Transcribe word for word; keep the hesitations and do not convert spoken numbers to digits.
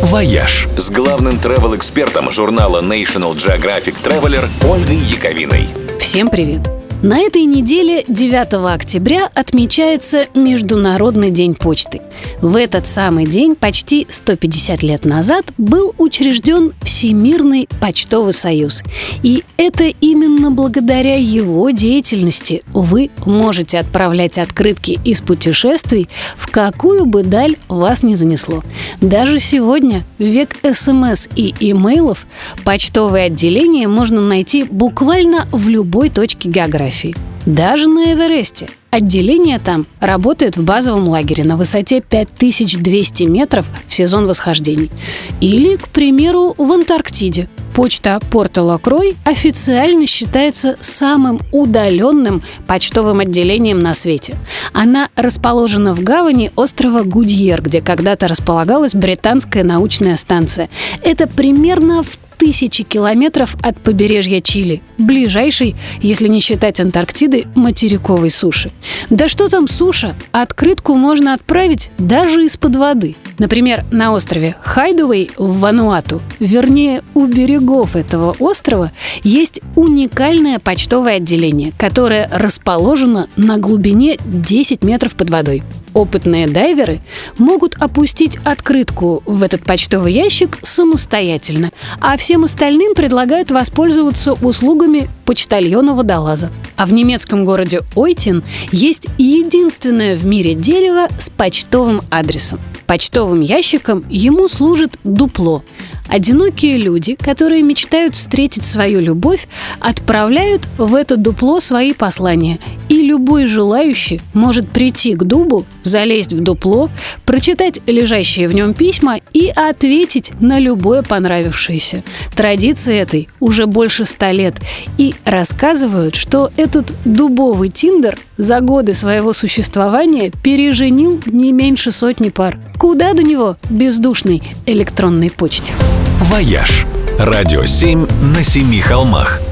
«Вояж» с главным travel-экспертом журнала National Geographic Traveler Ольгой Яковиной. Всем привет! На этой неделе, девятого октября, отмечается Международный день почты. В этот самый день, почти сто пятьдесят лет назад, был учрежден Всемирный почтовый союз. И это именно благодаря его деятельности вы можете отправлять открытки из путешествий, в какую бы даль вас ни занесло. Даже сегодня, в век эс эм эс и имейлов, почтовые отделения можно найти буквально в любой точке географии. Даже на Эвересте. Отделение там работает в базовом лагере на высоте пять тысяч двести метров в сезон восхождений. Или, к примеру, в Антарктиде. Почта Порто-Ла-Крой официально считается самым удаленным почтовым отделением на свете. Она расположена в гавани острова Гудьер, где когда-то располагалась британская научная станция. Это примерно в тысячи километров от побережья Чили, ближайшей, если не считать Антарктиды, материковой суши. Да что там суша? Открытку можно отправить даже из-под воды. Например, на острове Хайдуэй в Вануату, вернее, у берегов этого острова, есть уникальное почтовое отделение, которое расположено на глубине десять метров под водой. Опытные дайверы могут опустить открытку в этот почтовый ящик самостоятельно, а всем остальным предлагают воспользоваться услугами почтальона-водолаза. А в немецком городе Ойтин есть единственное в мире дерево с почтовым адресом. Почтовым ящиком ему служит дупло. Одинокие люди, которые мечтают встретить свою любовь, отправляют в это дупло свои послания. И любой желающий может прийти к дубу, залезть в дупло, прочитать лежащие в нем письма и ответить на любое понравившееся. Традиции этой уже больше ста лет. И рассказывают, что этот дубовый Тиндер за годы своего существования переженил не меньше сотни пар. Куда до него бездушной электронной почте? «Вояж» – радио семь на семи холмах.